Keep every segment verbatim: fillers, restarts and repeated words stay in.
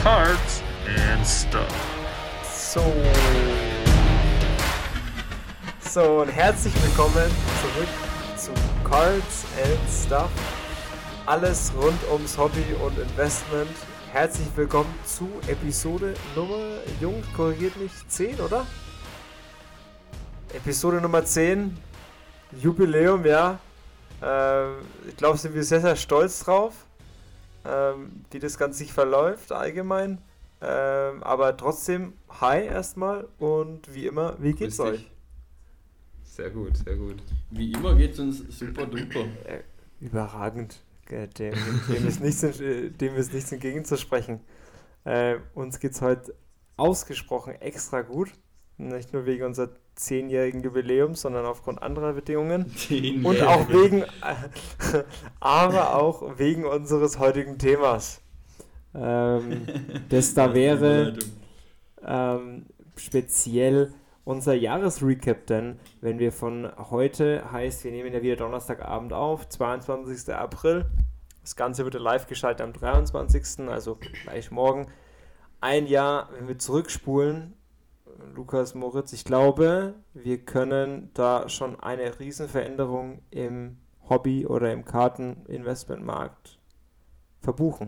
Cards and Stuff. So. So und herzlich willkommen zurück zu Cards and Stuff. Alles rund ums Hobby und Investment. Herzlich willkommen zu Episode Nummer, Jung, korrigiert mich, zehn, oder? Episode Nummer zehn, Jubiläum, ja. Ähm, ich glaube, sind wir sehr, sehr stolz drauf, ähm, wie das Ganze sich verläuft allgemein. Ähm, aber trotzdem, hi erstmal und wie immer, wie geht's Grüß euch? dich. Sehr gut, sehr gut. Wie immer geht's uns super duper. Äh, überragend. Äh, Dem, dem, ist nichts, in- dem ist nichts entgegenzusprechen. Äh, uns geht's heute ausgesprochen extra gut. Nicht nur wegen unserer zehnjährigen Jubiläums, sondern aufgrund anderer Bedingungen. Zehn Und Jahre. auch wegen, aber auch wegen unseres heutigen Themas. Ähm, das da Das ist die wäre Überleitung. ähm, speziell unser Jahresrecap, denn wenn wir von heute, heißt, wir nehmen ja wieder Donnerstagabend auf, zweiundzwanzigster April. Das Ganze wird live geschaltet am dreiundzwanzigsten, also gleich morgen. Ein Jahr, wenn wir zurückspulen, Lukas, Moritz, ich glaube, wir können da schon eine Riesenveränderung im Hobby- oder im Karteninvestmentmarkt verbuchen.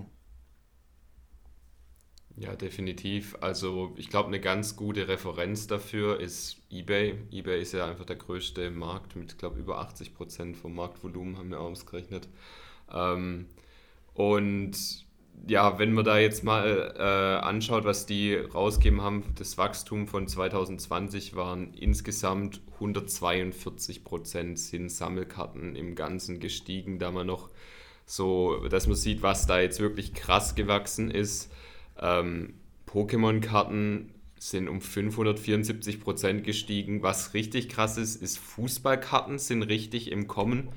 Ja, definitiv. Also ich glaube, eine ganz gute Referenz dafür ist eBay. eBay ist ja einfach der größte Markt mit, glaube über achtzig Prozent vom Marktvolumen, haben wir ausgerechnet. Ähm, und ja, wenn man da jetzt mal äh, anschaut, was die rausgegeben haben, das Wachstum von zwanzig zwanzig waren insgesamt hundertzweiundvierzig Prozent sind Sammelkarten im Ganzen gestiegen, da man noch so, dass man sieht, was da jetzt wirklich krass gewachsen ist. Ähm, Pokémon-Karten sind um fünfhundertvierundsiebzig Prozent gestiegen. Was richtig krass ist, ist Fußballkarten sind richtig im Kommen.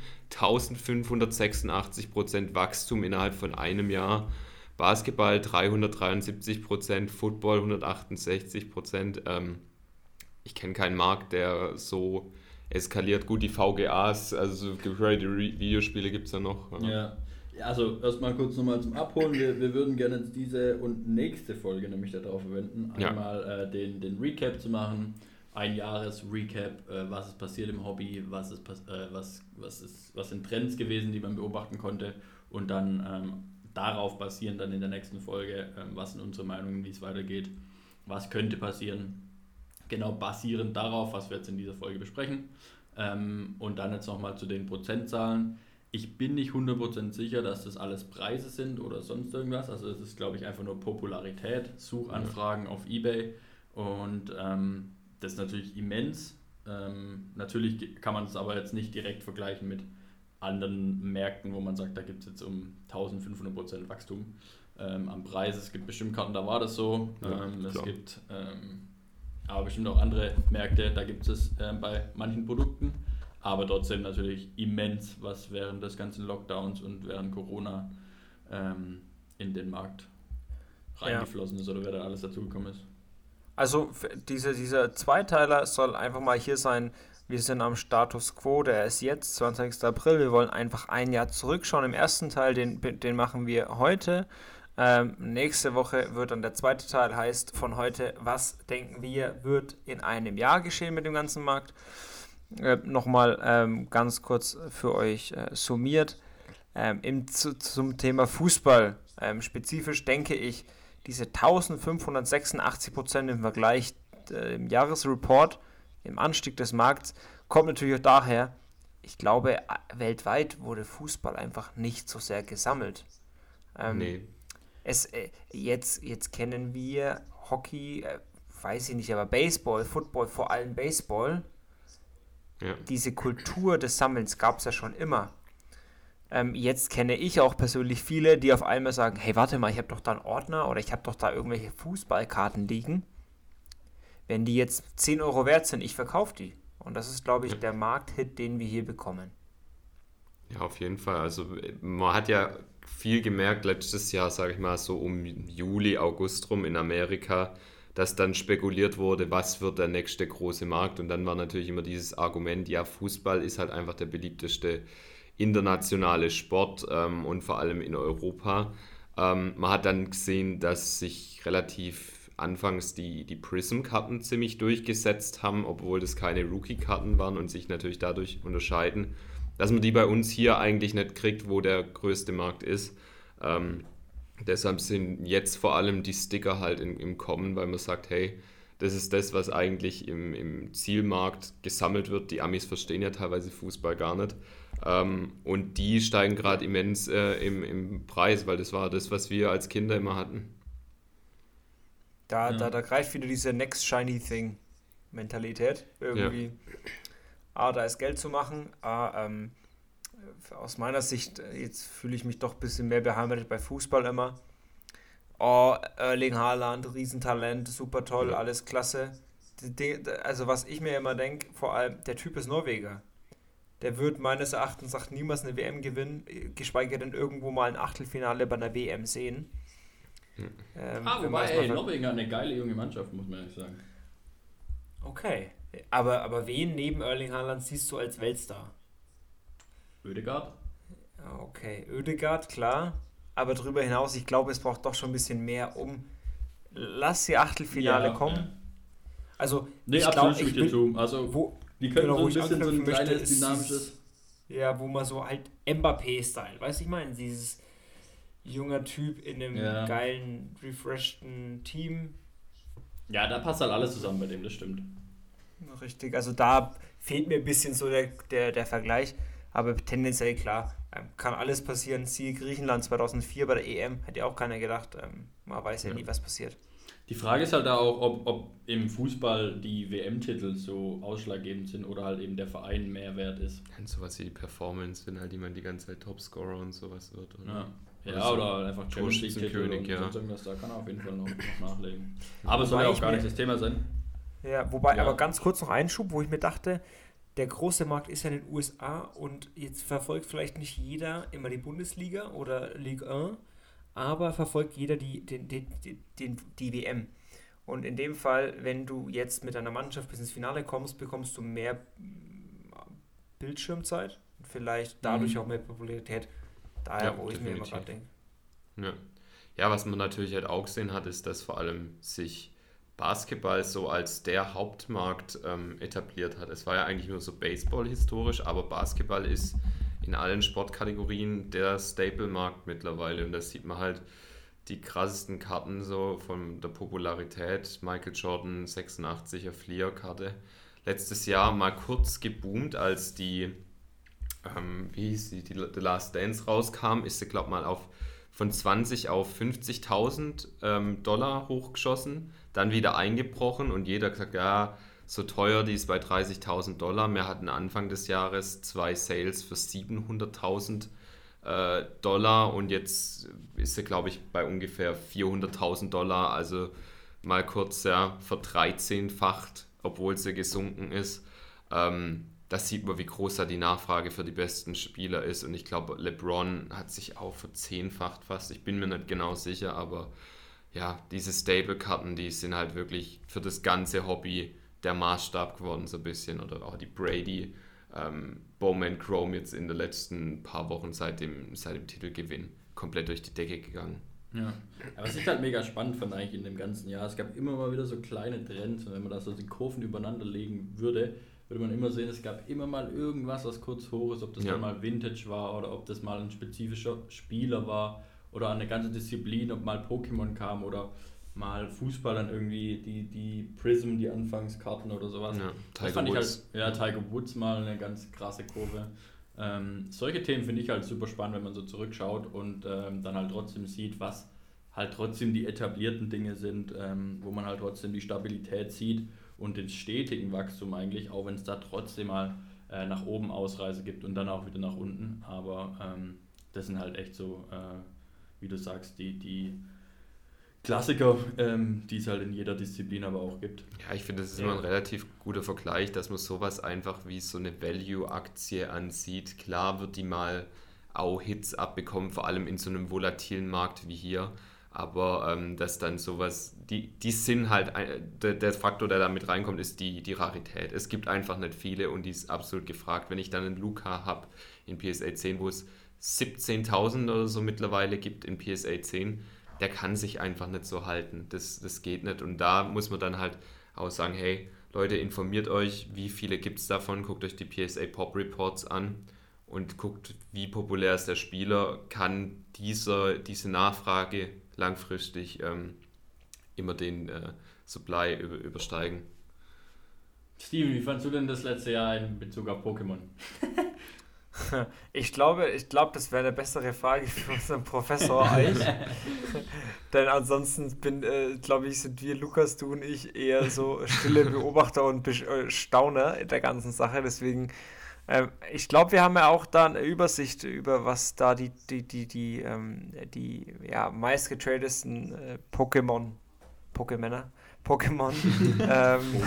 eintausendfünfhundertsechsundachtzig Prozent Wachstum innerhalb von einem Jahr. Basketball dreihundertdreiundsiebzig Prozent, Football hundertachtundsechzig Prozent. Ähm, ich kenne keinen Markt, der so eskaliert. Gut, die V G As, also so gecrated Videospiele gibt es ja noch. Ja. Ja, also erstmal kurz nochmal zum Abholen. Wir, wir würden gerne jetzt diese und nächste Folge nämlich darauf verwenden, Ja. einmal äh, den, den Recap zu machen. Ein Jahres-Recap, äh, was ist passiert im Hobby, was ist, pass- äh, was, was, ist, was sind Trends gewesen, die man beobachten konnte und dann ähm, darauf basieren dann in der nächsten Folge, ähm, was sind unsere Meinungen, wie es weitergeht, was könnte passieren. Genau basierend darauf, was wir jetzt in dieser Folge besprechen. Ähm, und dann jetzt nochmal zu den Prozentzahlen. Ich bin nicht hundert Prozent sicher, dass das alles Preise sind oder sonst irgendwas. Also es ist, glaube ich, einfach nur Popularität, Suchanfragen auf eBay. Und ähm, das ist natürlich immens. Ähm, natürlich kann man es aber jetzt nicht direkt vergleichen mit anderen Märkten, wo man sagt, da gibt es jetzt um eintausendfünfhundert Prozent Wachstum ähm, am Preis. Es gibt bestimmt Karten, da war das so. Ja, ähm, es klar. gibt ähm, aber bestimmt auch andere Märkte, da gibt es ähm, bei manchen Produkten. Aber trotzdem natürlich immens, was während des ganzen Lockdowns und während Corona ähm, in den Markt reingeflossen ist oder wer da alles dazugekommen ist. Also f- diese, dieser Zweiteiler soll einfach mal hier sein, wir sind am Status Quo, der ist jetzt, zwanzigster April, wir wollen einfach ein Jahr zurückschauen. Im ersten Teil, den, den machen wir heute. Ähm, nächste Woche wird dann der zweite Teil, heißt von heute, was denken wir, wird in einem Jahr geschehen mit dem ganzen Markt. Äh, Nochmal ähm, ganz kurz für euch äh, summiert. Ähm, im, zu, zum Thema Fußball ähm, spezifisch denke ich, diese eintausendfünfhundertsechsundachtzig Prozent im Vergleich äh, im Jahresreport, im Anstieg des Markts, kommt natürlich auch daher, ich glaube, äh, weltweit wurde Fußball einfach nicht so sehr gesammelt. Ähm, Nee. es, äh, jetzt, jetzt kennen wir Hockey, äh, weiß ich nicht, aber Baseball, Football, vor allem Baseball. Ja. Diese Kultur des Sammelns gab es ja schon immer. Ähm, jetzt kenne ich auch persönlich viele, die auf einmal sagen, hey, warte mal, ich habe doch da einen Ordner oder ich habe doch da irgendwelche Fußballkarten liegen. Wenn die jetzt zehn Euro wert sind, ich verkaufe die. Und das ist, glaube ich, Ja. der Markthit, den wir hier bekommen. Ja, auf jeden Fall. Also man hat ja viel gemerkt letztes Jahr, sage ich mal, so um Juli, August rum in Amerika, dass dann spekuliert wurde, was wird der nächste große Markt. Und dann war natürlich immer dieses Argument, ja, Fußball ist halt einfach der beliebteste internationale Sport ähm, und vor allem in Europa. Ähm, man hat dann gesehen, dass sich relativ anfangs die, die Prism-Karten ziemlich durchgesetzt haben, obwohl das keine Rookie-Karten waren und sich natürlich dadurch unterscheiden, dass man die bei uns hier eigentlich nicht kriegt, wo der größte Markt ist. Ähm, deshalb sind jetzt vor allem die Sticker halt in, im Kommen, weil man sagt, hey, das ist das, was eigentlich im, im Zielmarkt gesammelt wird. Die Amis verstehen ja teilweise Fußball gar nicht. Ähm, und die steigen gerade immens äh, im, im Preis, weil das war das, was wir als Kinder immer hatten. Da, Ja. da, da greift wieder diese Next Shiny Thing Mentalität. Irgendwie, ja. A, da ist Geld zu machen. A, ähm, aus meiner Sicht, jetzt fühle ich mich doch ein bisschen mehr beheimatet bei Fußball immer. Oh, Erling Haaland, Riesentalent, super toll, Ja. alles klasse. Die Dinge- Also was ich mir immer denke, vor allem, der Typ ist Norweger. Der wird meines Erachtens auch niemals eine W M gewinnen, geschweige denn irgendwo mal ein Achtelfinale bei einer W M sehen. Hm. Ähm, Ah, wenn wobei, man's ey, mal- Norwegen hat eine geile junge Mannschaft, muss man ehrlich sagen. Okay, aber, aber wen neben Erling Haaland siehst du als Weltstar? Ødegaard? Ja, okay, Ødegaard, klar. Aber darüber hinaus, ich glaube, es braucht doch schon ein bisschen mehr, um... Lass die Achtelfinale Ja, kommen. ja. Also, Nee, ich absolut glaube, ich stimme ich dir will... zu. Also, Wo, die können genau, so wo ein ich bisschen so ein anknüpfen möchte, kleines, ist dynamisches... ja, wo man so halt Mbappé-Style, weißt du, ich meine, dieses junger Typ in einem Ja. geilen, refreshten Team. Ja, da passt halt alles zusammen bei dem, das stimmt. Richtig, also da fehlt mir ein bisschen so der, der, der Vergleich, aber tendenziell klar, ähm, kann alles passieren. Siehe Griechenland zweitausendvier bei der E M, hätte ja auch keiner gedacht, ähm, man weiß ja, Ja. nie, was passiert. Die Frage ist halt da auch, ob, ob im Fußball die W M-Titel so ausschlaggebend sind oder halt eben der Verein mehr wert ist. Und sowas wie die Performance, wenn halt jemand die ganze Zeit Topscorer und sowas wird. Oder? Ja, Oder ja so oder halt einfach Champions League-Titel Torschützenkönig, und ja. sonst irgendwas, da kann er auf jeden Fall noch, noch nachlegen. Aber es soll Wobei ja auch ich gar mir- nicht das Thema sein. Ja, wobei, Ja. aber ganz kurz noch Einschub, wo ich mir dachte, der große Markt ist ja in den U S A und jetzt verfolgt vielleicht nicht jeder immer die Bundesliga oder Ligue eins, aber verfolgt jeder die, den, den, den, den, die W M. Und in dem Fall, wenn du jetzt mit deiner Mannschaft bis ins Finale kommst, bekommst du mehr mm, Bildschirmzeit und vielleicht dadurch Mhm. auch mehr Popularität. Daher, Ja, wo ich mir immer definitiv. gerade denke. Ja. ja, was man natürlich halt auch gesehen hat, ist, dass vor allem sich Basketball so als der Hauptmarkt ähm, etabliert hat. Es war ja eigentlich nur so Baseball historisch, aber Basketball ist in allen Sportkategorien der Staple-Markt mittlerweile und da sieht man halt die krassesten Karten so von der Popularität. Michael Jordan sechsundachtziger Fleer-Karte. Letztes Jahr mal kurz geboomt, als die ähm, wie hieß die, die The Last Dance rauskam, ist sie, glaube mal auf von zwanzig auf fünfzigtausend ähm, Dollar hochgeschossen, dann wieder eingebrochen und jeder gesagt, ja, so teuer, die ist bei dreißigtausend Dollar. Wir hatten Anfang des Jahres zwei Sales für siebenhunderttausend äh, Dollar und jetzt ist sie, glaube ich, bei ungefähr vierhunderttausend Dollar, also mal kurz ja, verdreizehnfacht, obwohl sie gesunken ist. Ähm, Das sieht man, wie groß da die Nachfrage für die besten Spieler ist. Und ich glaube, LeBron hat sich auch verzehnfacht fast. Ich bin mir nicht genau sicher, aber ja, diese Stable-Karten, die sind halt wirklich für das ganze Hobby der Maßstab geworden, so ein bisschen. Oder auch die Brady, ähm, Bowman Chrome jetzt in den letzten paar Wochen seit dem, seit dem Titelgewinn komplett durch die Decke gegangen. Ja. Aber was ich halt mega spannend fand eigentlich in dem ganzen Jahr, es gab immer mal wieder so kleine Trends und wenn man da so die Kurven übereinander legen würde, würde man immer sehen, es gab immer mal irgendwas, was kurz hoch ist, ob das Ja. dann mal Vintage war oder ob das mal ein spezifischer Spieler war oder eine ganze Disziplin, ob mal Pokémon kam oder mal Fußball dann irgendwie die, die Prism, die Anfangskarten oder sowas. Ja, Das Tiger fand ich Woods. halt, ja, Tiger Woods mal eine ganz krasse Kurve. Ähm, solche Themen finde ich halt super spannend, wenn man so zurückschaut und ähm, dann halt trotzdem sieht, was halt trotzdem die etablierten Dinge sind, ähm, wo man halt trotzdem die Stabilität sieht und den stetigen Wachstum eigentlich, auch wenn es da trotzdem mal äh, nach oben Ausreise gibt und dann auch wieder nach unten. Aber ähm, das sind halt echt so, äh, wie du sagst, die, die Klassiker, ähm, die es halt in jeder Disziplin aber auch gibt. Ja, ich finde, das ist Ja. immer ein relativ guter Vergleich, dass man sowas einfach wie so eine Value-Aktie ansieht. Klar wird die mal auch Hits abbekommen, vor allem in so einem volatilen Markt wie hier. Aber ähm, dass dann sowas, die, die sind halt, ein, der, der Faktor, der da mit reinkommt, ist die, die Rarität. Es gibt einfach nicht viele und die ist absolut gefragt. Wenn ich dann einen Luka habe in P S A zehn, wo es siebzehntausend oder so mittlerweile gibt in P S A zehn, der kann sich einfach nicht so halten. Das, das geht nicht. Und da muss man dann halt auch sagen, hey, Leute, informiert euch, wie viele gibt es davon, guckt euch die P S A Pop Reports an und guckt, wie populär ist der Spieler, kann dieser, diese Nachfrage langfristig ähm, immer den äh, Supply über, übersteigen. Steven, wie fandst du denn das letzte Jahr in Bezug auf Pokémon? Ich glaube, ich glaube, das wäre eine bessere Frage für unseren Professor Eich. Denn ansonsten bin, äh, glaube ich, sind wir, Lukas, du und ich, eher so stille Beobachter und Be- äh, Stauner der ganzen Sache. Deswegen, äh, ich glaube, wir haben ja auch da eine Übersicht über, was da die, die, die, die, ähm, die ja, meistgetradesten äh, Pokémon, Pokémänner, Pokémon, ähm,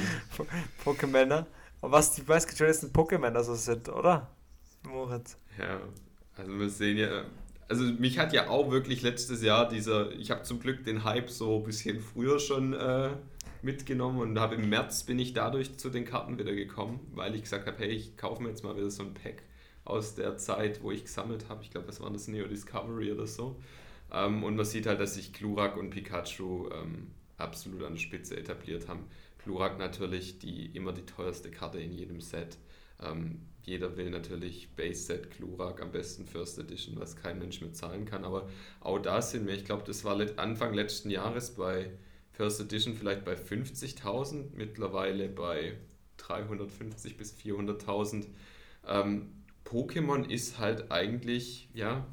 Pokémänner, was die meistgetradesten Pokémänner so sind, oder? Moritz. Ja, also wir sehen ja, also mich hat ja auch wirklich letztes Jahr dieser, ich habe zum Glück den Hype so ein bisschen früher schon äh, mitgenommen und habe im März bin ich dadurch zu den Karten wieder gekommen, weil ich gesagt habe, hey, ich kaufe mir jetzt mal wieder so ein Pack aus der Zeit, wo ich gesammelt habe. Ich glaube, das war das Neo Discovery oder so. Ähm, und man sieht halt, dass sich Glurak und Pikachu ähm, absolut an der Spitze etabliert haben. Glurak natürlich die immer die teuerste Karte in jedem Set. Ähm, jeder will natürlich Base-Set Glurak, am besten First Edition, was kein Mensch mehr zahlen kann, aber auch da sind wir, ich glaube, das war Anfang letzten Jahres bei First Edition vielleicht bei fünfzigtausend, mittlerweile bei dreihundertfünfzig bis vierhunderttausend. Ähm, Pokémon ist halt eigentlich, ja,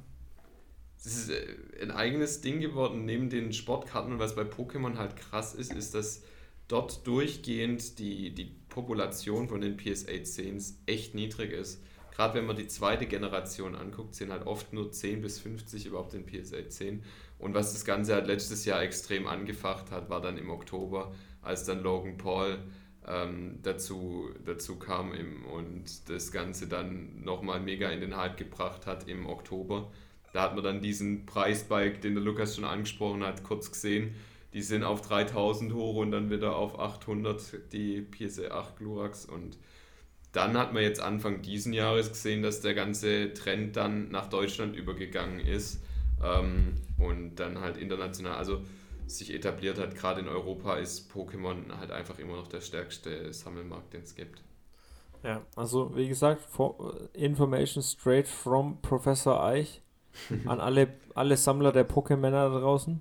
es ist ein eigenes Ding geworden neben den Sportkarten, und was bei Pokémon halt krass ist, ist, dass dort durchgehend die, die Population von den P S A zehns echt niedrig ist. Gerade wenn man die zweite Generation anguckt, sind halt oft nur zehn bis fünfzig überhaupt in P S A zehn. Und was das Ganze halt letztes Jahr extrem angefacht hat, war dann im Oktober, als dann Logan Paul ähm, dazu, dazu kam im, und das Ganze dann nochmal mega in den Hype gebracht hat im Oktober. Da hat man dann diesen Preisspike, den der Lukas schon angesprochen hat, kurz gesehen. Die sind auf dreitausend hoch und dann wieder auf achthundert, die P S A acht Gluraks. Und dann hat man jetzt Anfang diesen Jahres gesehen, dass der ganze Trend dann nach Deutschland übergegangen ist ähm, und dann halt international, also sich etabliert hat. Gerade in Europa ist Pokémon halt einfach immer noch der stärkste Sammelmarkt, den es gibt. Ja, also wie gesagt, for, Information straight from Professor Eich an alle, alle Sammler der Pokémänner da draußen.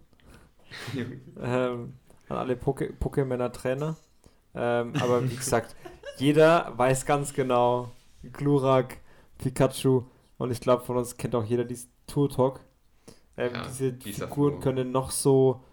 ähm, an alle Poké- Pokémänner-Trainer. Ähm, aber wie gesagt, jeder weiß ganz genau, Glurak, Pikachu, und ich glaube, von uns kennt auch jeder diesen Turtok. Ähm, Ja, diese dieser Figuren Flo. können noch so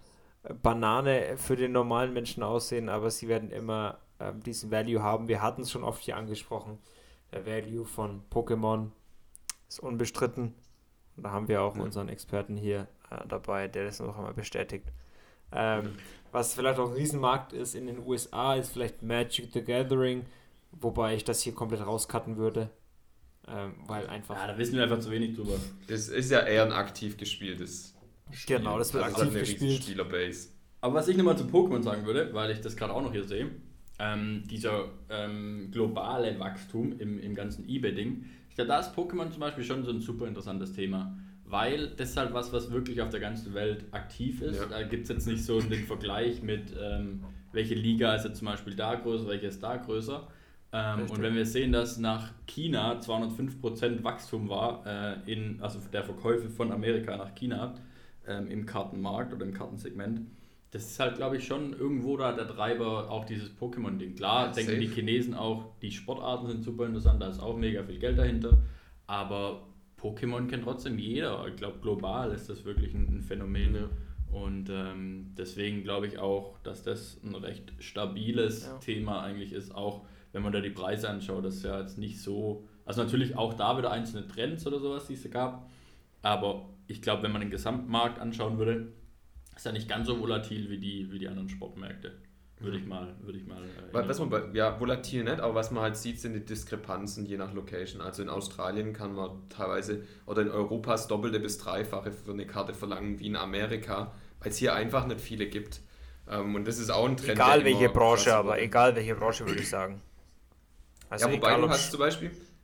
Banane für den normalen Menschen aussehen, aber sie werden immer ähm, diesen Value haben. Wir hatten es schon oft hier angesprochen. Der Value von Pokémon ist unbestritten. Und da haben wir auch Ja. unseren Experten hier äh, dabei, der das noch einmal bestätigt. Ähm, was vielleicht auch ein Riesenmarkt ist in den U S A, ist vielleicht Magic the Gathering, wobei ich das hier komplett rauscutten würde, ähm, weil einfach... Ja, da wissen wir einfach zu wenig drüber. Das ist ja eher ein aktiv gespieltes Spiel. Genau, das wird Also aktiv eine riesen gespielt. Spielerbase. Aber was ich nochmal zu Pokémon sagen würde, weil ich das gerade auch noch hier sehe, ähm, dieser ähm, globale Wachstum im, im ganzen eBay-Ding, ich glaube, da ist Pokémon zum Beispiel schon so ein super interessantes Thema, weil das ist halt was, was wirklich auf der ganzen Welt aktiv ist. Ja. Da gibt es jetzt nicht so den Vergleich mit, ähm, welche Liga ist jetzt zum Beispiel da größer, welche ist da größer. Ähm, und wenn wir sehen, dass nach China zweihundertfünf Prozent Wachstum war, äh, in, also der Verkäufe von Amerika nach China ähm, im Kartenmarkt oder im Kartensegment, das ist halt, glaube ich, schon irgendwo da der Treiber, auch dieses Pokémon-Ding. Klar, Ja, denken safe. die Chinesen auch, die Sportarten sind super interessant, da ist auch mega viel Geld dahinter, aber Pokémon kennt trotzdem jeder. Ich glaube, global ist das wirklich ein, ein Phänomen. Ja. Und ähm, deswegen glaube ich auch, dass das ein recht stabiles Ja. Thema eigentlich ist, auch wenn man da die Preise anschaut, das ist ja jetzt nicht so, also natürlich auch da wieder einzelne Trends oder sowas, die es gab, aber ich glaube, wenn man den Gesamtmarkt anschauen würde, ist er nicht ganz so volatil wie die, wie die anderen Sportmärkte, würde ich mal, würde ich mal äh, Weil, was man bei, ja, volatil nicht, aber was man halt sieht, sind die Diskrepanzen je nach Location. Also in Australien kann man teilweise, oder in Europa das Doppelte bis Dreifache für eine Karte verlangen wie in Amerika, weil es hier einfach nicht viele gibt. Ähm, und das ist auch ein Trend. Egal der welche immer Branche, krasser aber wird. egal welche Branche, würde ich sagen. Also Ja, wobei egal, du ob hast zum Beispiel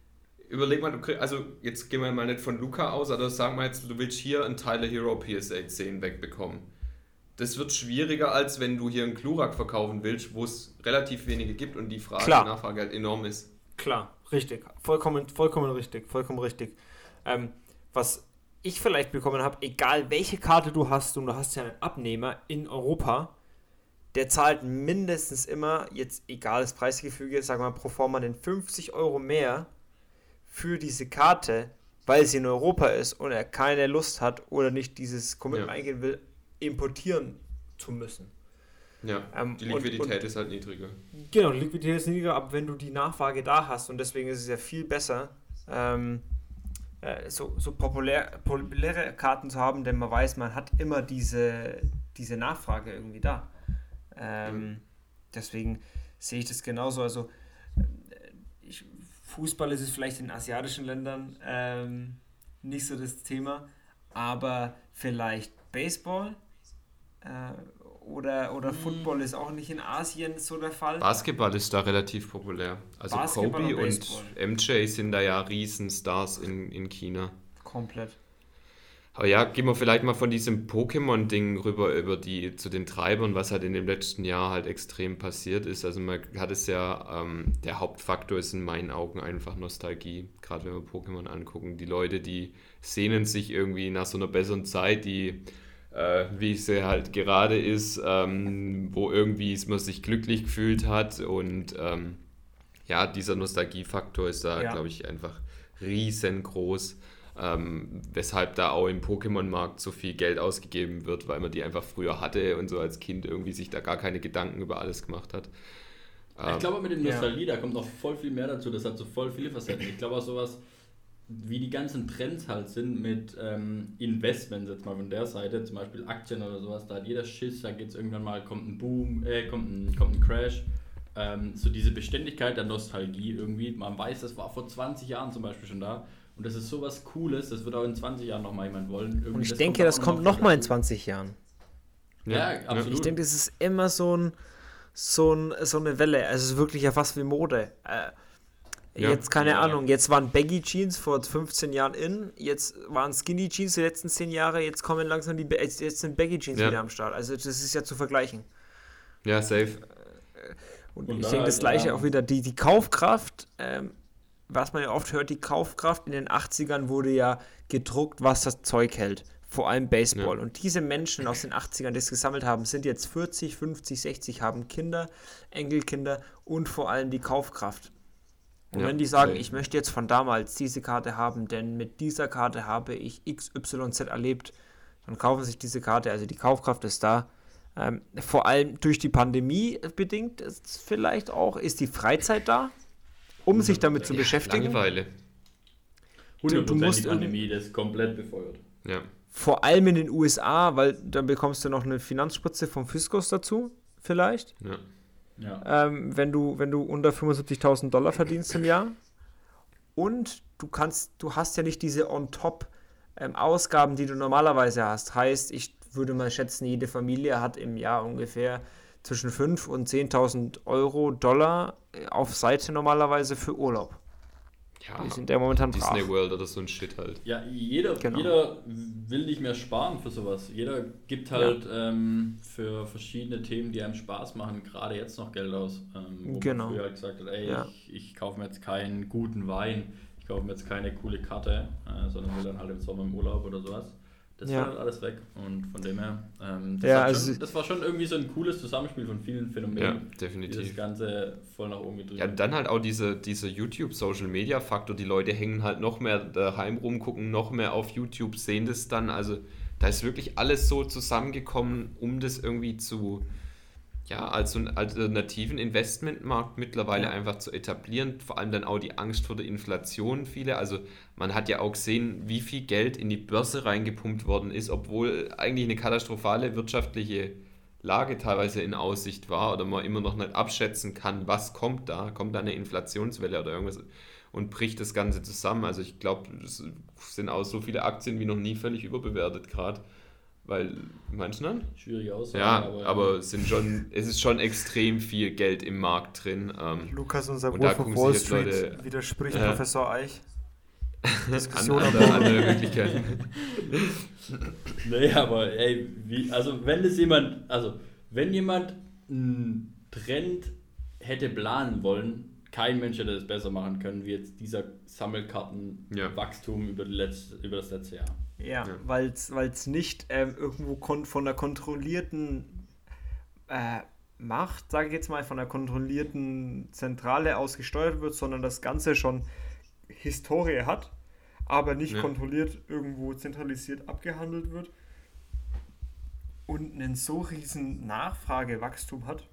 überleg mal, du krieg, also jetzt gehen wir mal nicht von Luka aus, aber sagen wir jetzt, du willst hier einen Tyler Hero P S A zehn wegbekommen. Das wird schwieriger, als wenn du hier einen Glurak verkaufen willst, wo es relativ wenige gibt und die Frage, Klar. die Nachfrage halt enorm ist. Klar, richtig. Vollkommen, vollkommen richtig. Vollkommen richtig. Ähm, was ich vielleicht bekommen habe, egal welche Karte du hast, und du hast ja einen Abnehmer in Europa, der zahlt mindestens immer, jetzt egal das Preisgefüge, sagen wir mal pro forma, den fünfzig Euro mehr für diese Karte, weil sie in Europa ist und er keine Lust hat oder nicht dieses Commitment Ja. eingehen will, importieren zu müssen. Ja, Ähm, die und- Liquidität und- ist halt niedriger. Genau, die Liquidität ist niedriger, aber wenn du die Nachfrage da hast, und deswegen ist es ja viel besser, ähm, äh, so, so populär, populäre Karten zu haben, denn man weiß, man hat immer diese, diese Nachfrage irgendwie da. Ähm, Mhm. Deswegen sehe ich das genauso. Also äh, ich, Fußball ist es vielleicht in asiatischen Ländern ähm, nicht so das Thema, aber vielleicht Baseball äh, oder, oder Football ist auch nicht in Asien so der Fall. Basketball ist da relativ populär. Also Basketball Kobe und und Baseball. M J sind da ja Riesenstars in, in China. Komplett. Aber ja, gehen wir vielleicht mal von diesem Pokémon-Ding rüber über die zu den Treibern, was halt in dem letzten Jahr halt extrem passiert ist. Also man hat es ja, ähm, der Hauptfaktor ist in meinen Augen einfach Nostalgie. Gerade wenn wir Pokémon angucken, die Leute, die sehnen sich irgendwie nach so einer besseren Zeit, die äh, wie sie halt gerade ist, ähm, wo irgendwie man sich glücklich gefühlt hat und ähm, ja, dieser Nostalgiefaktor ist da, Ja. glaube ich, einfach riesengroß. Ähm, weshalb da auch im Pokémon-Markt so viel Geld ausgegeben wird, weil man die einfach früher hatte und so als Kind irgendwie sich da gar keine Gedanken über alles gemacht hat. Ähm, Ich glaube, mit dem Ja. Nostalgie, da kommt noch voll viel mehr dazu. Das hat so voll viele Facetten. Ich glaube auch sowas, wie die ganzen Trends halt sind mit ähm, Investments, jetzt mal von der Seite, zum Beispiel Aktien oder sowas, da hat jeder Schiss, da geht es irgendwann mal, kommt ein Boom, äh, kommt ein, kommt ein Crash. Ähm, so diese Beständigkeit der Nostalgie irgendwie, man weiß, das war vor zwanzig Jahren zum Beispiel schon da. Und das ist sowas Cooles, das wird auch in zwanzig Jahren nochmal jemand wollen. Irgendwie, Und ich das denke, auch das kommt noch voll mal in dazu. zwanzig Jahren. Ja, absolut. Ich denke, das ist immer so, ein, so, ein, so eine Welle. Also es ist wirklich ja fast wie Mode. Äh, Ja. Jetzt, keine Ja. Ahnung, jetzt waren Baggy Jeans vor fünfzehn Jahren in, jetzt waren Skinny Jeans die letzten zehn Jahre, jetzt kommen langsam die, Ba- jetzt jetzt sind Baggy Jeans Ja. wieder am Start. Also das ist ja zu vergleichen. Ja, safe. Und, Und ich dann denke das halt, Gleiche ja. auch wieder, die, die Kaufkraft, ähm, was man ja oft hört, die Kaufkraft in den achtzigern wurde ja gedruckt, was das Zeug hält. Vor allem Baseball. Ja. Und diese Menschen aus den achtzigern, die es gesammelt haben, sind jetzt vierzig, fünfzig, sechzig, haben Kinder, Enkelkinder und vor allem die Kaufkraft. Und Ja, wenn die sagen, safe. ich möchte jetzt von damals diese Karte haben, denn mit dieser Karte habe ich X Y Z erlebt, dann kaufen sich diese Karte, also die Kaufkraft ist da. Ähm, vor allem durch die Pandemie bedingt ist vielleicht auch, ist die Freizeit da, um sich damit zu beschäftigen. Langeweile. hundert Prozent du musst die Pandemie, das komplett befeuert. Ja. Vor allem in den U S A, weil dann bekommst du noch eine Finanzspritze vom Fiskus dazu, vielleicht. Ja. Ja. ähm, wenn du, wenn du unter fünfundsiebzigtausend Dollar verdienst im Jahr. Und du kannst, du hast ja nicht diese on-top ähm, Ausgaben, die du normalerweise hast. Heißt, ich würde mal schätzen, jede Familie hat im Jahr ungefähr zwischen fünftausend und zehntausend Euro, Dollar äh, auf Seite normalerweise für Urlaub. Ja, Die sind ja momentan brach. Disney World oder so ein Shit halt. Ja, jeder, Genau. jeder will nicht mehr sparen für sowas. Jeder gibt halt ähm, für verschiedene Themen, die einem Spaß machen, gerade jetzt noch Geld aus. Ähm, wo Genau. man früher halt gesagt hat, ey, Ja. ich, ich kaufe mir jetzt keinen guten Wein, ich kaufe mir jetzt keine coole Karte, äh, sondern will dann halt im Sommer im Urlaub oder sowas. Das Ja. fällt halt alles weg. Und von dem her, ähm, das, Ja, hat also- schon, das war schon irgendwie so ein cooles Zusammenspiel von vielen Ja, Phänomenen, die das definitiv. Ganze voll nach oben gedrückt Ja, haben. dann halt auch diese, dieser YouTube-Social-Media-Faktor. Die Leute hängen halt noch mehr daheim rum, gucken noch mehr auf YouTube, sehen das dann. Also da ist wirklich alles so zusammengekommen, um das irgendwie zu, ja, als so einen alternativen Investmentmarkt mittlerweile Ja. einfach zu etablieren. Vor allem dann auch die Angst vor der Inflation viele. Also man hat ja auch gesehen, wie viel Geld in die Börse reingepumpt worden ist, obwohl eigentlich eine katastrophale wirtschaftliche Lage teilweise in Aussicht war oder man immer noch nicht abschätzen kann, was kommt da, kommt da eine Inflationswelle oder irgendwas und bricht das Ganze zusammen. Also ich glaube, es sind auch so viele Aktien wie noch nie völlig überbewertet gerade, weil manche Schwierige Aussage, ja, aber es sind schon, es ist schon extrem viel Geld im Markt drin. Ähm, Lukas, unser Und da gucken sich jetzt Leute- widerspricht äh, Professor Eich. Diskussion An, andere, andere Möglichkeiten. Nee, aber ey, wie, also wenn es jemand, also wenn jemand einen Trend hätte planen wollen, kein Mensch hätte das besser machen können, wie jetzt dieser Sammelkartenwachstum Ja. über, die letzte, über das letzte Jahr. Ja, Ja. weil es nicht ähm, irgendwo kon- von einer kontrollierten äh, Macht, sage ich jetzt mal, von einer kontrollierten Zentrale aus gesteuert wird, sondern das Ganze schon Historie hat, aber nicht Ja. kontrolliert irgendwo zentralisiert abgehandelt wird und einen so riesen Nachfragewachstum hat.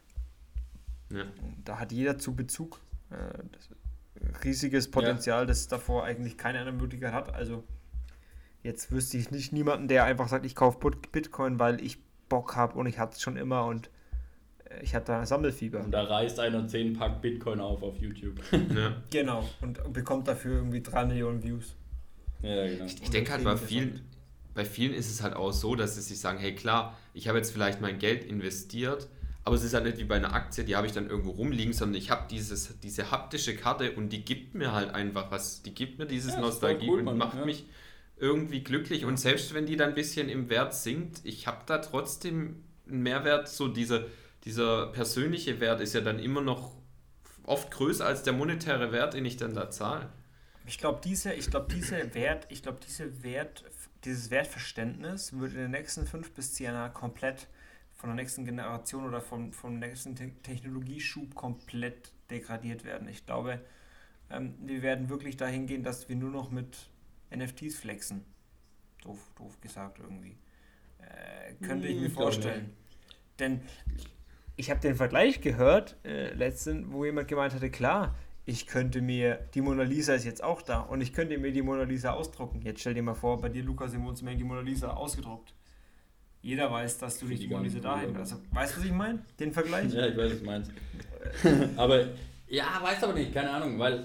Ja. Da hat jeder zu Bezug. Äh, das riesiges Potenzial, das davor eigentlich keine andere Möglichkeit hat. Also jetzt wüsste ich nicht niemanden, der einfach sagt, ich kaufe Bitcoin, weil ich Bock habe und ich hatte es schon immer und äh, ich hatte da Sammelfieber. Und da reißt einer zehn Pack Bitcoin auf auf YouTube. Ja. Genau. Und bekommt dafür irgendwie drei Millionen Views. Ja, genau. Ich denke halt, bei vielen, bei vielen ist es halt auch so, dass sie sich sagen, hey klar, ich habe jetzt vielleicht mein Geld investiert, aber es ist halt nicht wie bei einer Aktie, die habe ich dann irgendwo rumliegen, sondern ich habe dieses, diese haptische Karte und die gibt mir halt einfach was, die gibt mir dieses Ja, das ist voll Nostalgie cool, und Mann, macht ja. mich irgendwie glücklich. Und selbst wenn die dann ein bisschen im Wert sinkt, ich habe da trotzdem einen Mehrwert, so dieser, dieser persönliche Wert ist ja dann immer noch oft größer als der monetäre Wert, den ich dann da zahle. Ich glaube, diese, ich glaube, diese Wert, ich glaube, diese Wert, dieses Wertverständnis wird in den nächsten fünf bis zehn Jahren komplett von der nächsten Generation oder vom, vom nächsten Te- Technologieschub komplett degradiert werden. Ich glaube, ähm, wir werden wirklich dahin gehen, dass wir nur noch mit N F Ts flexen. Doof, doof gesagt irgendwie. Äh, könnte ich Hm, mir ich glaube vorstellen. Denn ich habe den Vergleich gehört, äh, letztens, wo jemand gemeint hatte, klar, ich könnte mir, die Mona Lisa ist jetzt auch da und ich könnte mir die Mona Lisa ausdrucken. Jetzt stell dir mal vor, bei dir, Lukas, im Wohnzimmer hängt die Mona Lisa ausgedruckt. Jeder weiß, dass du nicht die Mona Lisa dahin hast. Also, weißt du, was ich meine? Den Vergleich? Ja, ich weiß, was du meinst. aber, ja, weiß aber nicht, keine Ahnung, weil.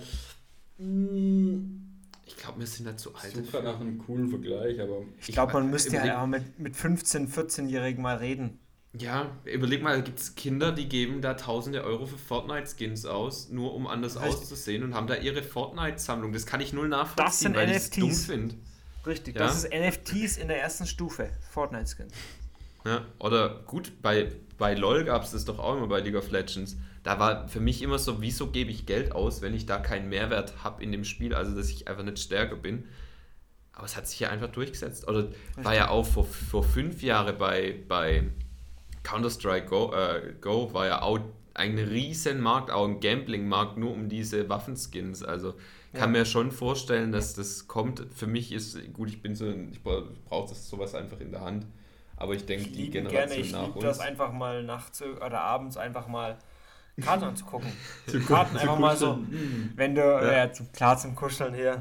Mh, Ich glaube, wir sind da zu alt ich suche gerade dafür. nach einem coolen Vergleich, aber. Ich glaube, man Ich- müsste ja überleg- auch mit, mit fünfzehn-, vierzehn-Jährigen mal reden. Ja, überleg mal, da gibt es Kinder, die geben da tausende Euro für Fortnite-Skins aus, nur um anders Richtig. auszusehen und haben da ihre Fortnite-Sammlung. Das kann ich null nachvollziehen, Das sind weil ich N es F Ts. dumm finde. Richtig, Ja. das ist N F Ts in der ersten Stufe. Fortnite-Skins. Ja, oder gut, bei, bei LoL gab es das doch auch immer bei League of Legends. Da war für mich immer so, wieso gebe ich Geld aus, wenn ich da keinen Mehrwert habe in dem Spiel, also dass ich einfach nicht stärker bin. Aber es hat sich ja einfach durchgesetzt. Oder war ja auch vor, vor fünf Jahren bei, bei Counter-Strike Go, äh, Go, war ja auch ein riesen Markt, auch ein Gambling-Markt, nur um diese Waffenskins. Also kann Ja. mir schon vorstellen, dass das kommt. Für mich ist, gut, ich bin so, ich brauche das sowas einfach in der Hand. Aber ich denke, Ich die liebe Generation gerne, ich nach liebe uns. das einfach mal nachts oder abends einfach mal Karten anzugucken. Zu Karten einfach mal so, kuscheln. wenn du, ja, zum, klar zum Kuscheln hier.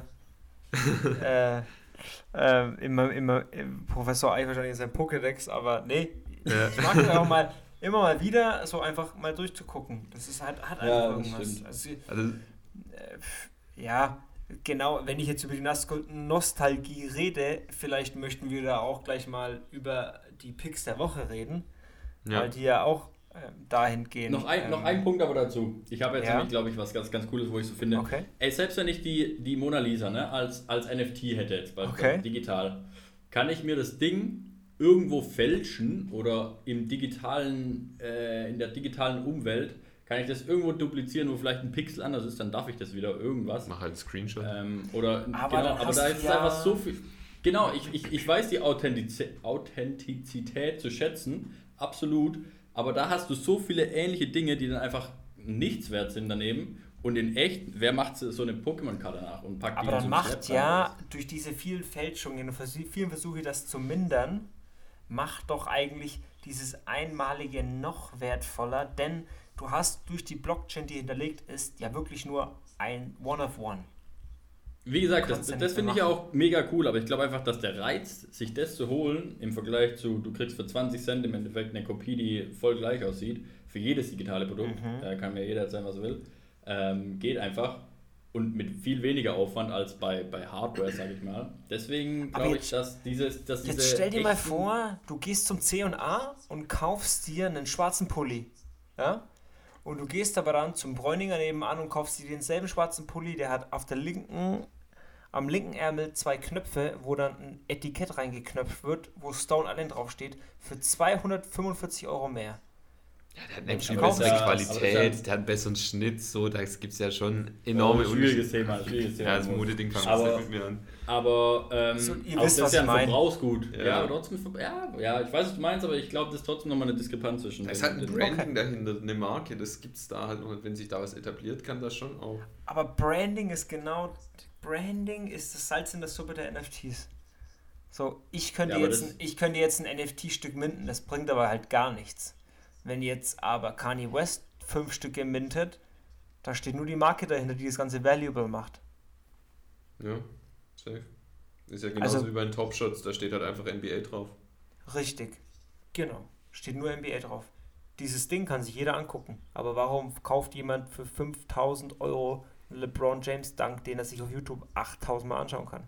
äh, äh, immer, immer, im Professor Eich wahrscheinlich in seinem Pokédex, aber nee, Ja. ich mag das auch mal, immer mal wieder so einfach mal durchzugucken. Das ist halt, hat einfach Ja, das irgendwas. stimmt. Also, Also, äh, pf, ja, genau, wenn ich jetzt über die Nas- Nostalgie rede, vielleicht möchten wir da auch gleich mal über die Picks der Woche reden, ja. weil die ja auch äh, dahin gehen. Noch ein, ähm, noch ein Punkt aber dazu. Ich habe jetzt Ja. nämlich, glaube ich, was ganz, ganz Cooles, wo ich so finde. Okay. Ey, selbst wenn ich die, die Mona Lisa ne, als, als N F T hätte, jetzt beispielsweise Okay. digital, kann ich mir das Ding irgendwo fälschen oder im digitalen, äh, in der digitalen Umwelt, kann ich das irgendwo duplizieren, wo vielleicht ein Pixel anders ist, dann darf ich das wieder irgendwas. Mach halt einen Screenshot. Ähm, oder Aber genau, dann aber hast da du ist ja- einfach so viel. Genau, ich, ich, ich weiß die Authentiz Authentizität zu schätzen, absolut. Aber da hast du so viele ähnliche Dinge, die dann einfach nichts wert sind daneben. Und in echt, wer macht so eine Pokémon-Karte nach und packt die Aber in dann so einen macht Schlepptau ja raus? durch diese vielen Fälschungen und vers- vielen Versuche, das zu mindern, macht doch eigentlich dieses Einmalige noch wertvoller, denn du hast durch die Blockchain, die hinterlegt ist, ja wirklich nur ein One-of-One. Wie gesagt, das, kannst ja das nicht finde ich mehr ja auch mega cool, aber ich glaube einfach, dass der Reiz, sich das zu holen, im Vergleich zu, du kriegst für zwanzig Cent im Endeffekt eine Kopie, die voll gleich aussieht, für jedes digitale Produkt, Mhm. da kann mir jeder sein, was er will, ähm, geht einfach und mit viel weniger Aufwand als bei, bei Hardware, sage ich mal. Deswegen Aber glaube ich, jetzt- dass dieses, dass diese Jetzt stell dir mal echten- vor, du gehst zum C und A und kaufst dir einen schwarzen Pulli. Ja? Und du gehst aber dann zum Bräuninger nebenan und kaufst dir denselben schwarzen Pulli, der hat auf der linken am linken Ärmel zwei Knöpfe, wo dann ein Etikett reingeknöpft wird, wo Stone Island draufsteht, für zweihundertfünfundvierzig Euro mehr. Ja, der hat eine Menschen viel kaufen bessere sich- Qualität, aber das ist ja- der hat einen besseren Schnitt, so, da gibt es ja schon enorme Oh, schwieriges Thema, schwieriges Thema. Ja, das Mode-Ding fangen Aber- wir nicht mit mir an. Aber ähm, So, ihr auch wisst, das was ist ja ich ein mein. Verbrauchsgut. Ja, Ja. aber trotzdem, ja, ja, ich weiß, was du meinst, aber ich glaube, das ist trotzdem nochmal eine Diskrepanz zwischen Es den- hat ein den- Branding dahinter, eine Marke, das gibt es da halt noch, wenn sich da was etabliert, kann das schon auch. Aber Branding ist genau, Branding ist das Salz in der Suppe der N F Ts. So, ich könnte, Ja, aber jetzt, das- ein, ich könnte jetzt ein N F T-Stück minten, das bringt aber halt gar nichts. Wenn jetzt aber Kanye West fünf Stücke mintet, da steht nur die Marke dahinter, die das Ganze valuable macht. Ja, safe. Ist ja genauso Also- wie bei den Top Shots, da steht halt einfach N B A drauf. Richtig. Genau. Steht nur N B A drauf. Dieses Ding kann sich jeder angucken. Aber warum kauft jemand für fünftausend Euro einen LeBron James Dunk, den er sich auf YouTube achttausend Mal anschauen kann?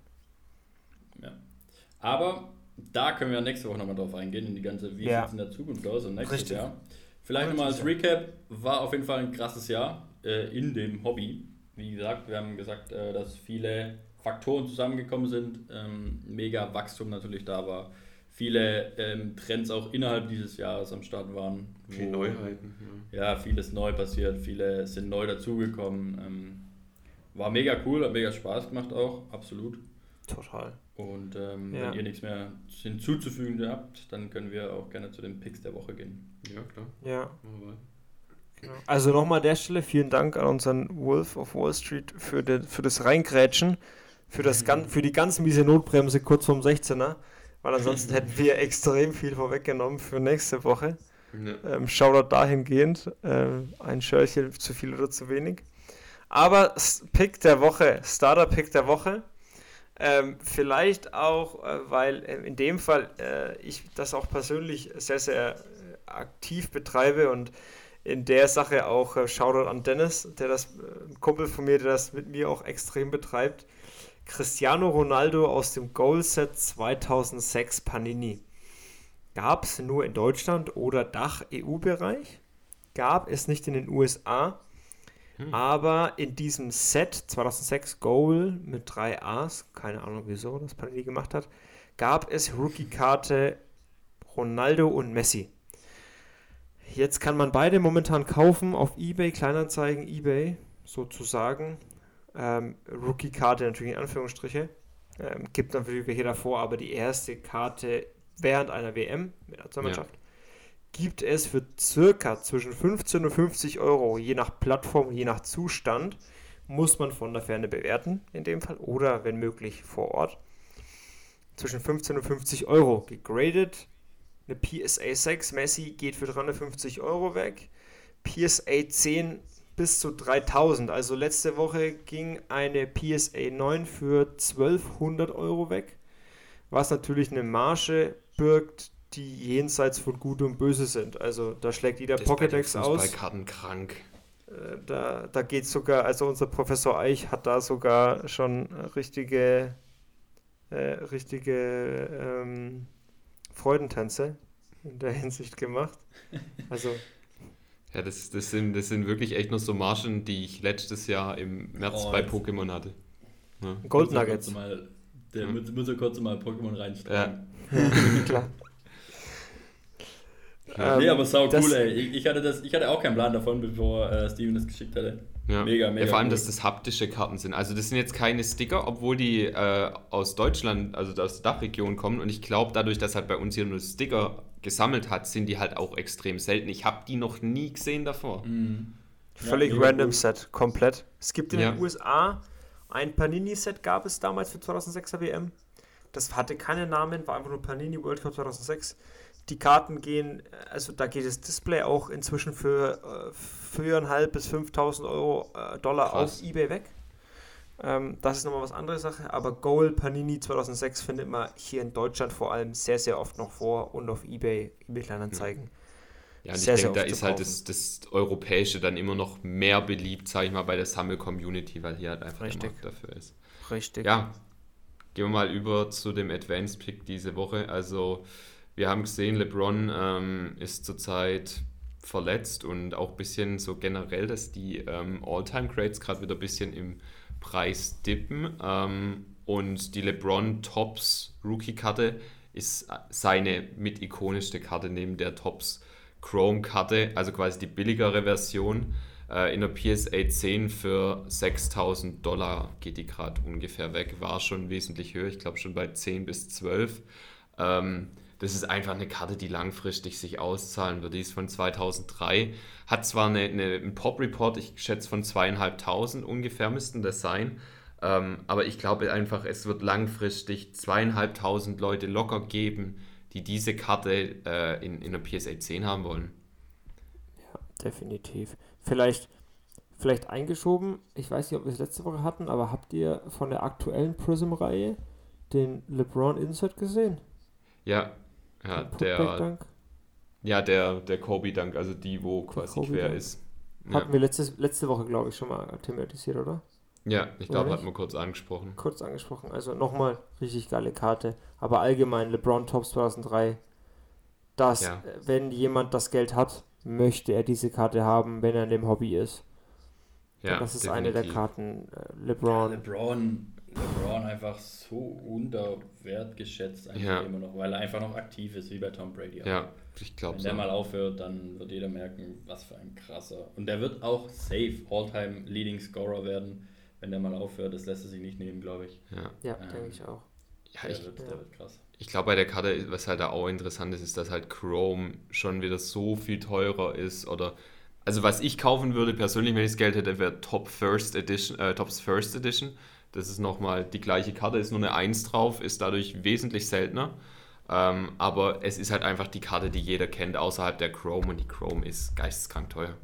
Ja. Aber da können wir nächste Woche nochmal drauf eingehen, in die ganze, wie Ja. sieht es in der Zukunft aus und nächstes Richtig. Jahr. Vielleicht nochmal als Recap, war auf jeden Fall ein krasses Jahr äh, in dem Hobby. Wie gesagt, wir haben gesagt, äh, dass viele Faktoren zusammengekommen sind, ähm, mega Wachstum natürlich da war, viele ähm, Trends auch innerhalb dieses Jahres am Start waren. Viel wo- Neuheiten. Ja, vieles neu passiert, viele sind neu dazugekommen. Ähm, war mega cool, hat mega Spaß gemacht auch, absolut. Total. Und ähm, Ja. wenn ihr nichts mehr hinzuzufügen habt, dann können wir auch gerne zu den Picks der Woche gehen. Ja, klar. Ja. Machen wir weiter. Also nochmal an der Stelle vielen Dank an unseren Wolf of Wall Street für, den, für das Reingrätschen, für, das gan, für die ganz miese Notbremse kurz vorm sechzehner, weil ansonsten hätten wir extrem viel vorweggenommen für nächste Woche. Ja. Ähm, Shoutout dahingehend, ähm, ein Schörchen zu viel oder zu wenig. Aber S- Pick der Woche, Starter-Pick der Woche, ähm, vielleicht auch, äh, weil äh, in dem Fall äh, ich das auch persönlich sehr, sehr äh, aktiv betreibe und in der Sache auch äh, Shoutout an Dennis, der das, äh, ein Kumpel von mir, der das mit mir auch extrem betreibt. Cristiano Ronaldo aus dem Goal-Set zweitausendsechs Panini. Gab es nur in Deutschland oder Dach-E U-Bereich. Gab es nicht in den U S A. Hm. Aber in diesem Set zweitausendsechs Goal mit drei A's, keine Ahnung wieso das Panini gemacht hat, gab es Rookie-Karte Ronaldo und Messi. Jetzt kann man beide momentan kaufen auf eBay, Kleinanzeigen, eBay sozusagen. Ähm, Rookie-Karte natürlich in Anführungsstriche. Ähm, gibt natürlich welche davor, aber die erste Karte während einer W M mit der Nationalmannschaft gibt es für circa zwischen fünfzehn und fünfzig Euro, je nach Plattform, je nach Zustand, muss man von der Ferne bewerten, in dem Fall, oder wenn möglich vor Ort. Zwischen fünfzehn und fünfzig Euro gegradet. Eine P S A sechs Messi geht für dreihundertfünfzig Euro weg. P S A zehn bis zu dreitausend. Also letzte Woche ging eine P S A neun für zwölfhundert Euro weg, was natürlich eine Marge birgt, die jenseits von Gut und Böse sind. Also da schlägt jeder Das ist bei den Pokédex aus. Fußballkarten krank. Äh, Da, da geht sogar, also unser Professor Eich hat da sogar schon richtige, äh, richtige ähm, Freudentänze in der Hinsicht gemacht. Also Ja, das, das, sind, das sind wirklich echt noch so Margen, die ich letztes Jahr im März Oh, bei jetzt- Pokémon hatte. Ja. Gold Muss er Nuggets. kurz Mal, der Ja. muss, muss er kurz mal Pokémon reinstellen. Klar. Ja. Nee, aber sau das- cool, ey. Ich, ich, hatte das, ich hatte auch keinen Plan davon, bevor äh, Steven das geschickt hatte. Ja. Mega, mega Ja, vor allem, cool. dass das haptische Karten sind. Also das sind jetzt keine Sticker, obwohl die äh, aus Deutschland, also aus der Dachregion kommen. Und ich glaube, dadurch, dass halt bei uns hier nur Sticker gesammelt hat, sind die halt auch extrem selten. Ich habe die noch nie gesehen davor. Mhm. Völlig Ja, mega random cool. Set, komplett. Es gibt in Ja. den U S A ein Panini-Set, gab es damals für zweitausendsechser W M. Das hatte keinen Namen, war einfach nur Panini World Cup zweitausendsechs. Die Karten gehen, also da geht das Display auch inzwischen für äh, viertausendfünfhundert bis fünftausend Euro äh, Dollar Krass. auf eBay weg. Ähm, das ist nochmal was anderes Sache, aber Gold Panini zweitausendsechs findet man hier in Deutschland vor allem sehr, sehr oft noch vor und auf eBay, eBay-Kleinanzeigen. Ja, und Sehr, ich sehr denke, da oft zu ist halt kaufen. das, das Europäische dann immer noch mehr beliebt, sage ich mal, bei der Sammel-Community, weil hier halt einfach Richtig. der Markt dafür ist. Richtig. Ja, gehen wir mal über zu dem Advanced Pick diese Woche. Also wir haben gesehen, LeBron ähm, ist zurzeit verletzt und auch ein bisschen so generell, dass die ähm, All-Time-Grades gerade wieder ein bisschen im Preis dippen. Ähm, und die LeBron Topps Rookie-Karte ist seine mit ikonischste Karte neben der Topps Chrome-Karte, also quasi die billigere Version. In der P S A zehn für sechstausend Dollar geht die gerade ungefähr weg. War schon wesentlich höher, ich glaube schon bei zehn bis zwölf. Ähm, das ist einfach eine Karte, die langfristig sich auszahlen wird. Die ist von zweitausenddrei. Hat zwar eine, eine, einen Pop-Report, ich schätze von zweieinhalbtausend ungefähr müssten das sein. Ähm, aber ich glaube einfach, es wird langfristig zweieinhalbtausend Leute locker geben, die diese Karte äh, in, in der P S A zehn haben wollen. Ja, definitiv. Vielleicht, vielleicht eingeschoben, ich weiß nicht, ob wir es letzte Woche hatten, aber habt ihr von der aktuellen Prism-Reihe den LeBron Insert gesehen? Ja, ja, der, ja der, der Kobe-Dunk, also die, wo quasi quer ist. Ja. Hatten wir letztes, letzte Woche, glaube ich, schon mal thematisiert, oder? Ja, ich glaube, hatten wir kurz angesprochen. Kurz angesprochen, also nochmal richtig geile Karte, aber allgemein LeBron Topps zweitausenddrei, dass, ja. wenn jemand das Geld hat, möchte er diese Karte haben, wenn er in dem Hobby ist. Ja, das ist definitiv eine der Karten. Äh, LeBron. Ja, LeBron. LeBron einfach so unter Wert geschätzt eigentlich ja. immer noch, weil er einfach noch aktiv ist, wie bei Tom Brady. Auch. Ja, ich glaube so. Wenn der mal aufhört, dann wird jeder merken, was für ein krasser. Und der wird auch safe All-Time Leading Scorer werden, wenn der mal aufhört. Das lässt er sich nicht nehmen, glaube ich. Ja, ja ähm, denke ich auch. Ja, der, ich, wird, der wird krass. Ich glaube, bei der Karte, was halt da auch interessant ist, ist, dass halt Chrome schon wieder so viel teurer ist. Oder also was ich kaufen würde persönlich, wenn ich das Geld hätte, wäre Top First Edition, äh, Topps First Edition. Das ist nochmal die gleiche Karte, ist nur eine eins drauf, ist dadurch wesentlich seltener. Ähm, aber es ist halt einfach die Karte, die jeder kennt, außerhalb der Chrome. Und die Chrome ist geisteskrank teuer.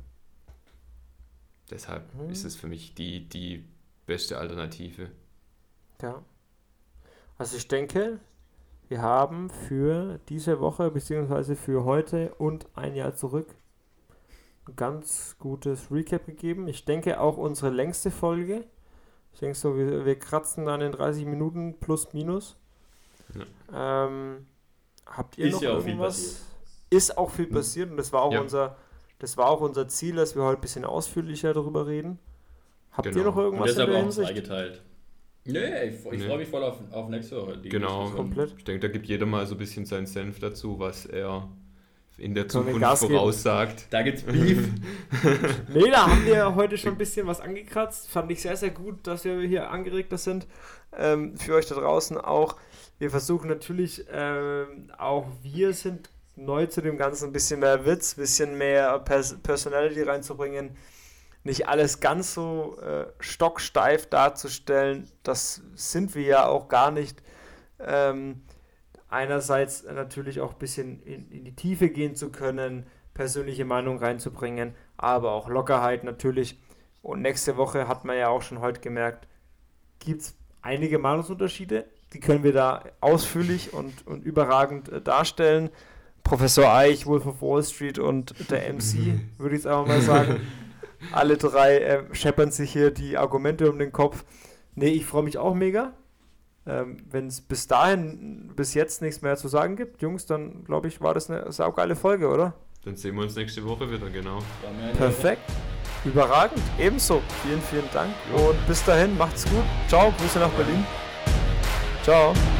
Deshalb mhm. ist es für mich die, die beste Alternative. Ja. Also ich denke, wir haben für diese Woche, beziehungsweise für heute und ein Jahr zurück, ein ganz gutes Recap gegeben. Ich denke auch unsere längste Folge. Ich denke so, wir, wir kratzen dann in dreißig Minuten plus minus. Ja. Ähm, habt ihr ist noch ja irgendwas? Ist auch viel passiert und das war auch ja. unser, das war auch unser Ziel, dass wir heute ein bisschen ausführlicher darüber reden. Habt genau. ihr noch irgendwas in der auch Hinsicht? Eingeteilt. Nee, ich, ich nee. freue mich voll auf, auf nächste Woche. Die genau, komplett. Ich denke, da gibt jeder mal so ein bisschen seinen Senf dazu, was er in der Zukunft voraussagt. Da gibt's Beef. Nee, da haben wir heute schon ein bisschen was angekratzt. Fand ich sehr, sehr gut, dass wir hier angeregter sind. Ähm, für euch da draußen auch. Wir versuchen natürlich, ähm, auch wir sind neu zu dem Ganzen, ein bisschen mehr Witz, ein bisschen mehr Pers- Personality reinzubringen. Nicht alles ganz so äh, stocksteif darzustellen. Das sind wir ja auch gar nicht. Ähm, einerseits natürlich auch ein bisschen in, in die Tiefe gehen zu können, persönliche Meinung reinzubringen, aber auch Lockerheit natürlich. Und nächste Woche hat man ja auch schon heute gemerkt, gibt es einige Meinungsunterschiede. Die können wir da ausführlich und, und überragend äh, darstellen. Professor Eich, Wolf of Wall Street und der M C, würde ich jetzt einfach mal sagen. Alle drei äh, scheppern sich hier die Argumente um den Kopf. Nee, ich freue mich auch mega. Ähm, wenn es bis dahin, bis jetzt nichts mehr zu sagen gibt, Jungs, dann glaube ich, war das eine saugeile Folge, oder? Dann sehen wir uns nächste Woche wieder, genau. Perfekt. Überragend. Ebenso. Vielen, vielen Dank. Und bis dahin, macht's gut. Ciao, Grüße nach Berlin. Ciao.